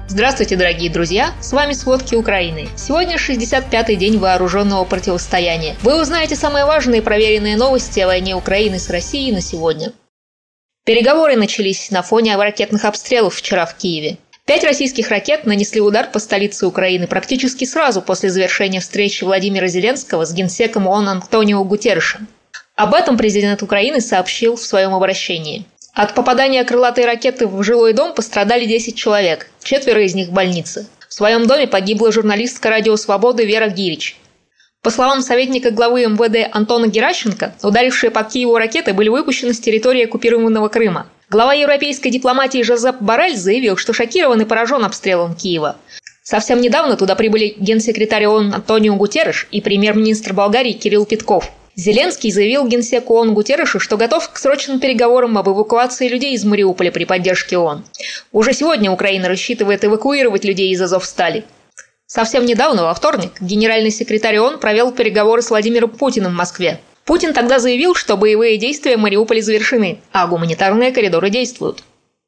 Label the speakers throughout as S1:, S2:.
S1: Здравствуйте, дорогие друзья! С вами «Сводки Украины». Сегодня 65-й день вооруженного противостояния. Вы узнаете самые важные и проверенные новости о войне Украины с Россией на сегодня. Переговоры начались на фоне ракетных обстрелов вчера в Киеве. 5 российских ракет нанесли удар по столице Украины практически сразу после завершения встречи Владимира Зеленского с генсеком ООН Антонио Гутерришем. Об этом президент Украины сообщил в своем обращении. От попадания крылатой ракеты в жилой дом пострадали 10 человек, 4 из них в больнице. В своем доме погибла журналистка «Радио Свободы» Вера Гирич. По словам советника главы МВД Антона Геращенко, ударившие по Киеву ракеты были выпущены с территории оккупированного Крыма. Глава европейской дипломатии Жозеп Боррель заявил, что шокирован и поражен обстрелом Киева. Совсем недавно туда прибыли генсекретарь ООН Антонио Гутерриш и премьер-министр Болгарии Кирилл Петков. Зеленский заявил генсеку ООН Гутерришу, что готов к срочным переговорам об эвакуации людей из Мариуполя при поддержке ООН. Уже сегодня Украина рассчитывает эвакуировать людей из Азовстали. Совсем недавно, во вторник, генеральный секретарь ООН провел переговоры с Владимиром Путиным в Москве. Путин тогда заявил, что боевые действия в Мариуполе завершены, а гуманитарные коридоры действуют.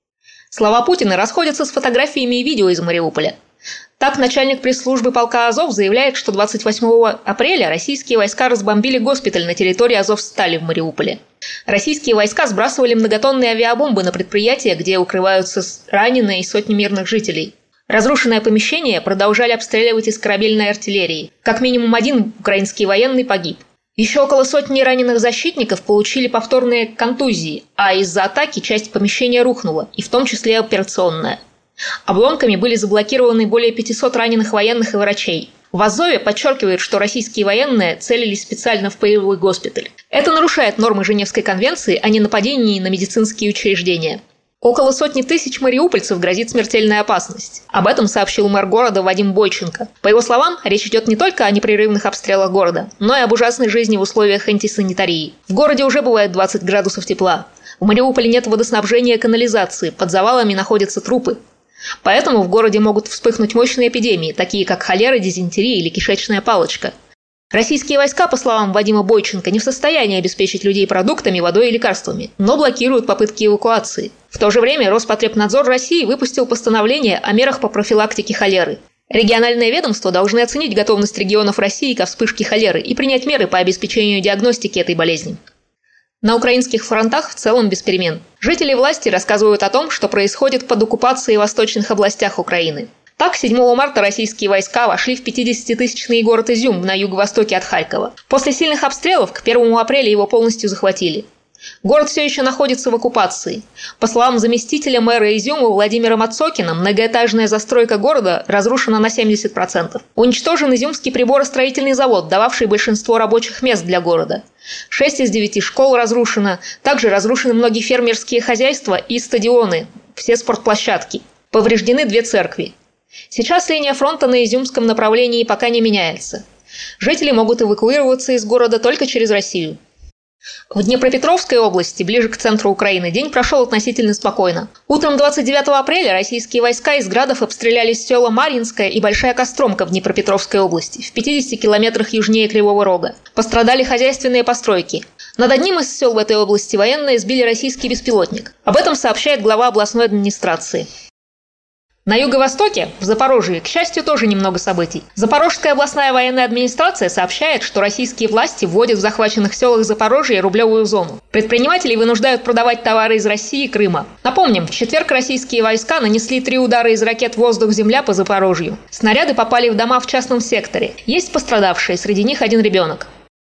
S1: Слова Путина расходятся с фотографиями и видео из Мариуполя. Так, начальник пресс-службы полка Азов заявляет, что 28 апреля российские войска разбомбили госпиталь на территории Азовстали в Мариуполе. Российские войска сбрасывали многотонные авиабомбы на предприятия, где укрываются раненые и сотни мирных жителей. Разрушенное помещение продолжали обстреливать из корабельной артиллерии. Как минимум 1 украинский военный погиб. Еще около сотни раненых защитников получили повторные контузии, а из-за атаки часть помещения рухнула, и в том числе операционная. Обломками были заблокированы более 500 раненых военных и врачей. В Азове подчеркивают, что российские военные целились специально в полевой госпиталь. Это нарушает нормы Женевской конвенции о ненападении на медицинские учреждения. Около сотни тысяч мариупольцев грозит смертельная опасность. Об этом сообщил мэр города Вадим Бойченко. По его словам, речь идет не только о непрерывных обстрелах города, но и об ужасной жизни в условиях антисанитарии. В городе уже бывает 20 градусов тепла. В Мариуполе нет водоснабжения и канализации, под завалами находятся трупы. Поэтому в городе могут вспыхнуть мощные эпидемии, такие как холера, дизентерия или кишечная палочка. Российские войска, по словам Вадима Бойченко, не в состоянии обеспечить людей продуктами, водой и лекарствами, но блокируют попытки эвакуации. В то же время Роспотребнадзор России выпустил постановление о мерах по профилактике холеры. Региональные ведомства должны оценить готовность регионов России ко вспышке холеры и принять меры по обеспечению диагностики этой болезни. На украинских фронтах в целом без перемен. Жители власти рассказывают о том, что происходит под оккупацией в восточных областях Украины. Так, 7 марта российские войска вошли в 50-тысячный город Изюм на юго-востоке от Харькова. После сильных обстрелов к 1 апреля его полностью захватили. Город все еще находится в оккупации. По словам заместителя мэра Изюма Владимира Мацокина, многоэтажная застройка города разрушена на 70%. Уничтожен изюмский приборостроительный завод, дававший большинство рабочих мест для города. 6 из 9 школ разрушено. Также разрушены многие фермерские хозяйства и стадионы, все спортплощадки. Повреждены 2 церкви. Сейчас линия фронта на изюмском направлении пока не меняется. Жители могут эвакуироваться из города только через Россию. В Днепропетровской области, ближе к центру Украины, день прошел относительно спокойно. Утром 29 апреля российские войска из градов обстреляли села Марьинская и Большая Костромка в Днепропетровской области, в 50 километрах южнее Кривого Рога. Пострадали хозяйственные постройки. Над одним из сел в этой области военные сбили российский беспилотник. Об этом сообщает глава областной администрации. На юго-востоке, в Запорожье, к счастью, тоже немного событий. Запорожская областная военная администрация сообщает, что российские власти вводят в захваченных селах Запорожья рублевую зону. Предпринимателей вынуждают продавать товары из России и Крыма. Напомним, в четверг российские войска нанесли 3 удара из ракет «Воздух-Земля» по Запорожью. Снаряды попали в дома в частном секторе. Есть пострадавшие, среди них 1 ребенок.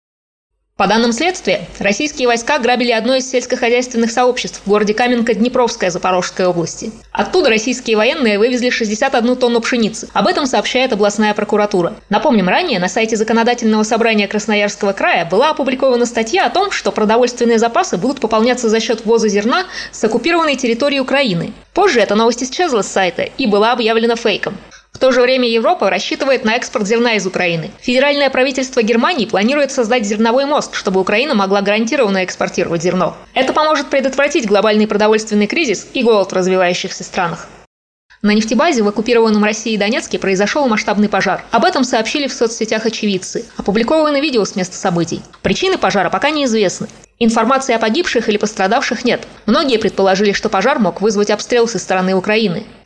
S1: По данным следствия, российские войска грабили одно из сельскохозяйственных сообществ в городе Каменка-Днепровская Запорожской области. Оттуда российские военные вывезли 61 тонну пшеницы. Об этом сообщает областная прокуратура. Напомним, ранее на сайте Законодательного собрания Красноярского края была опубликована статья о том, что продовольственные запасы будут пополняться за счет ввоза зерна с оккупированной территории Украины. Позже эта новость исчезла с сайта и была объявлена фейком. В то же время Европа рассчитывает на экспорт зерна из Украины. Федеральное правительство Германии планирует создать зерновой мост, чтобы Украина могла гарантированно экспортировать зерно. Это поможет предотвратить глобальный продовольственный кризис и голод в развивающихся странах. На нефтебазе в оккупированном Россией Донецке произошел масштабный пожар. Об этом сообщили в соцсетях очевидцы. Опубликовано видео с места событий. Причины пожара пока неизвестны. Информации о погибших или пострадавших нет. Многие предположили, что пожар мог вызвать обстрел со стороны Украины.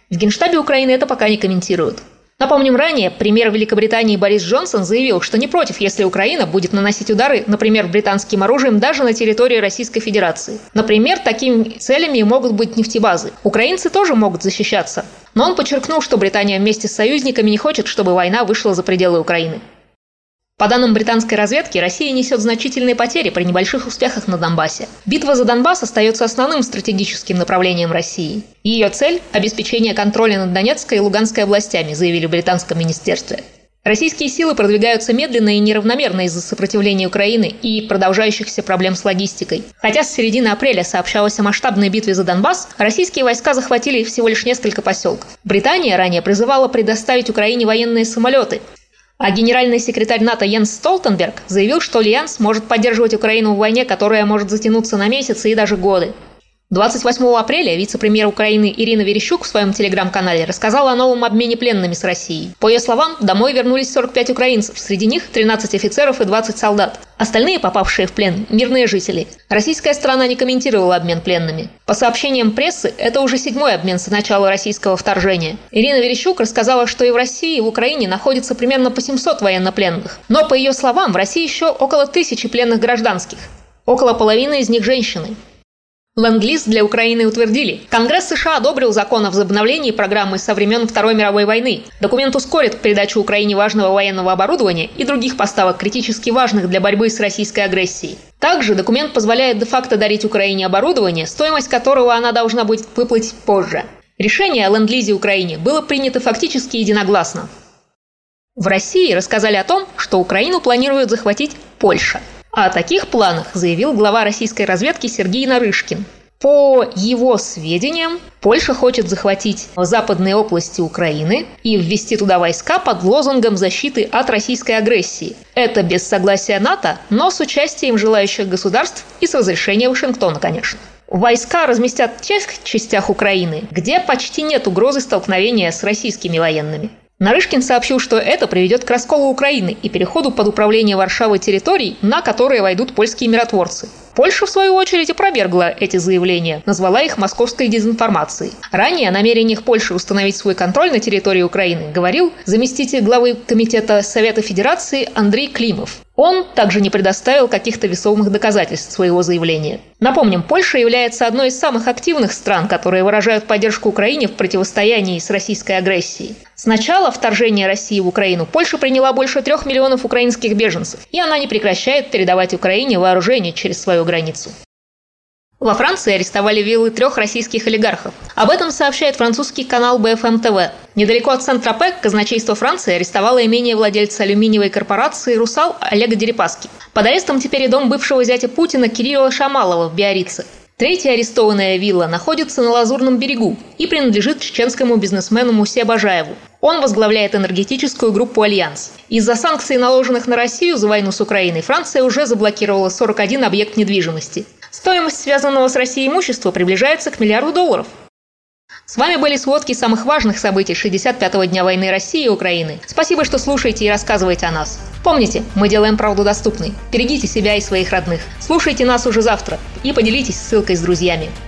S1: В Генштабе Украины это пока не комментируют. Напомним, ранее премьер Великобритании Борис Джонсон заявил, что не против, если Украина будет наносить удары, например, британским оружием даже на территории Российской Федерации. Например, такими целями могут быть нефтебазы. Украинцы тоже могут защищаться. Но он подчеркнул, что Британия вместе с союзниками не хочет, чтобы война вышла за пределы Украины. По данным британской разведки, Россия несет значительные потери при небольших успехах на Донбассе. Битва за Донбасс остается основным стратегическим направлением России. Ее цель – обеспечение контроля над Донецкой и Луганской областями, заявили в британском министерстве. Российские силы продвигаются медленно и неравномерно из-за сопротивления Украины и продолжающихся проблем с логистикой. Хотя с середины апреля сообщалось о масштабной битве за Донбасс, российские войска захватили всего лишь несколько поселков. Британия ранее призывала предоставить Украине военные самолеты. А генеральный секретарь НАТО Йенс Столтенберг заявил, что Альянс может поддерживать Украину в войне, которая может затянуться на месяцы и даже годы. 28 апреля вице-премьер Украины Ирина Верещук в своем телеграм-канале рассказала о новом обмене пленными с Россией. По ее словам, домой вернулись 45 украинцев, среди них 13 офицеров и 20 солдат. Остальные, попавшие в плен, мирные жители. Российская сторона не комментировала обмен пленными. По сообщениям прессы, это уже 7-й обмен с начала российского вторжения. Ирина Верещук рассказала, что и в России, и в Украине находится примерно по 700 военнопленных. Но, по ее словам, в России еще около 1000 пленных гражданских. Около половины из них женщины. Ленд-лиз для Украины утвердили. Конгресс США одобрил закон о возобновлении программы со времен Второй мировой войны. Документ ускорит передачу Украине важного военного оборудования и других поставок, критически важных для борьбы с российской агрессией. Также документ позволяет де-факто дарить Украине оборудование, стоимость которого она должна будет выплатить позже. Решение о ленд-лизе Украине было принято фактически единогласно. В России рассказали о том, что Украину планирует захватить Польша. О таких планах заявил глава российской разведки Сергей Нарышкин. По его сведениям, Польша хочет захватить западные области Украины и ввести туда войска под лозунгом защиты от российской агрессии. Это без согласия НАТО, но с участием желающих государств и с разрешения Вашингтона, конечно. Войска разместят в тех частях Украины, где почти нет угрозы столкновения с российскими военными. Нарышкин сообщил, что это приведет к расколу Украины и переходу под управление Варшавой территорий, на которые войдут польские миротворцы. Польша, в свою очередь, опровергла эти заявления, назвала их московской дезинформацией. Ранее о намерениях Польши установить свой контроль на территории Украины говорил заместитель главы Комитета Совета Федерации Андрей Климов. Он также не предоставил каких-то весомых доказательств своего заявления. Напомним, Польша является одной из самых активных стран, которые выражают поддержку Украине в противостоянии с российской агрессией. С начала вторжения России в Украину Польша приняла больше 3 миллионов украинских беженцев, и она не прекращает передавать Украине вооружение через свою границу. Во Франции арестовали виллы 3 российских олигархов. Об этом сообщает французский канал BFM TV. Недалеко от Сент-Тропе казначейство Франции арестовало имение владельца алюминиевой корпорации «Русал» Олега Дерипаски. Под арестом теперь и дом бывшего зятя Путина Кирилла Шамалова в Биаррице. Третья арестованная вилла находится на Лазурном берегу и принадлежит чеченскому бизнесмену Мусе Бажаеву. Он возглавляет энергетическую группу «Альянс». Из-за санкций, наложенных на Россию за войну с Украиной, Франция уже заблокировала 41 объект недвижимости. Стоимость связанного с Россией имущества приближается к $1 миллиард. С вами были сводки самых важных событий 65-го дня войны России и Украины. Спасибо, что слушаете и рассказываете о нас. Помните, мы делаем правду доступной. Берегите себя и своих родных. Слушайте нас уже завтра и поделитесь ссылкой с друзьями.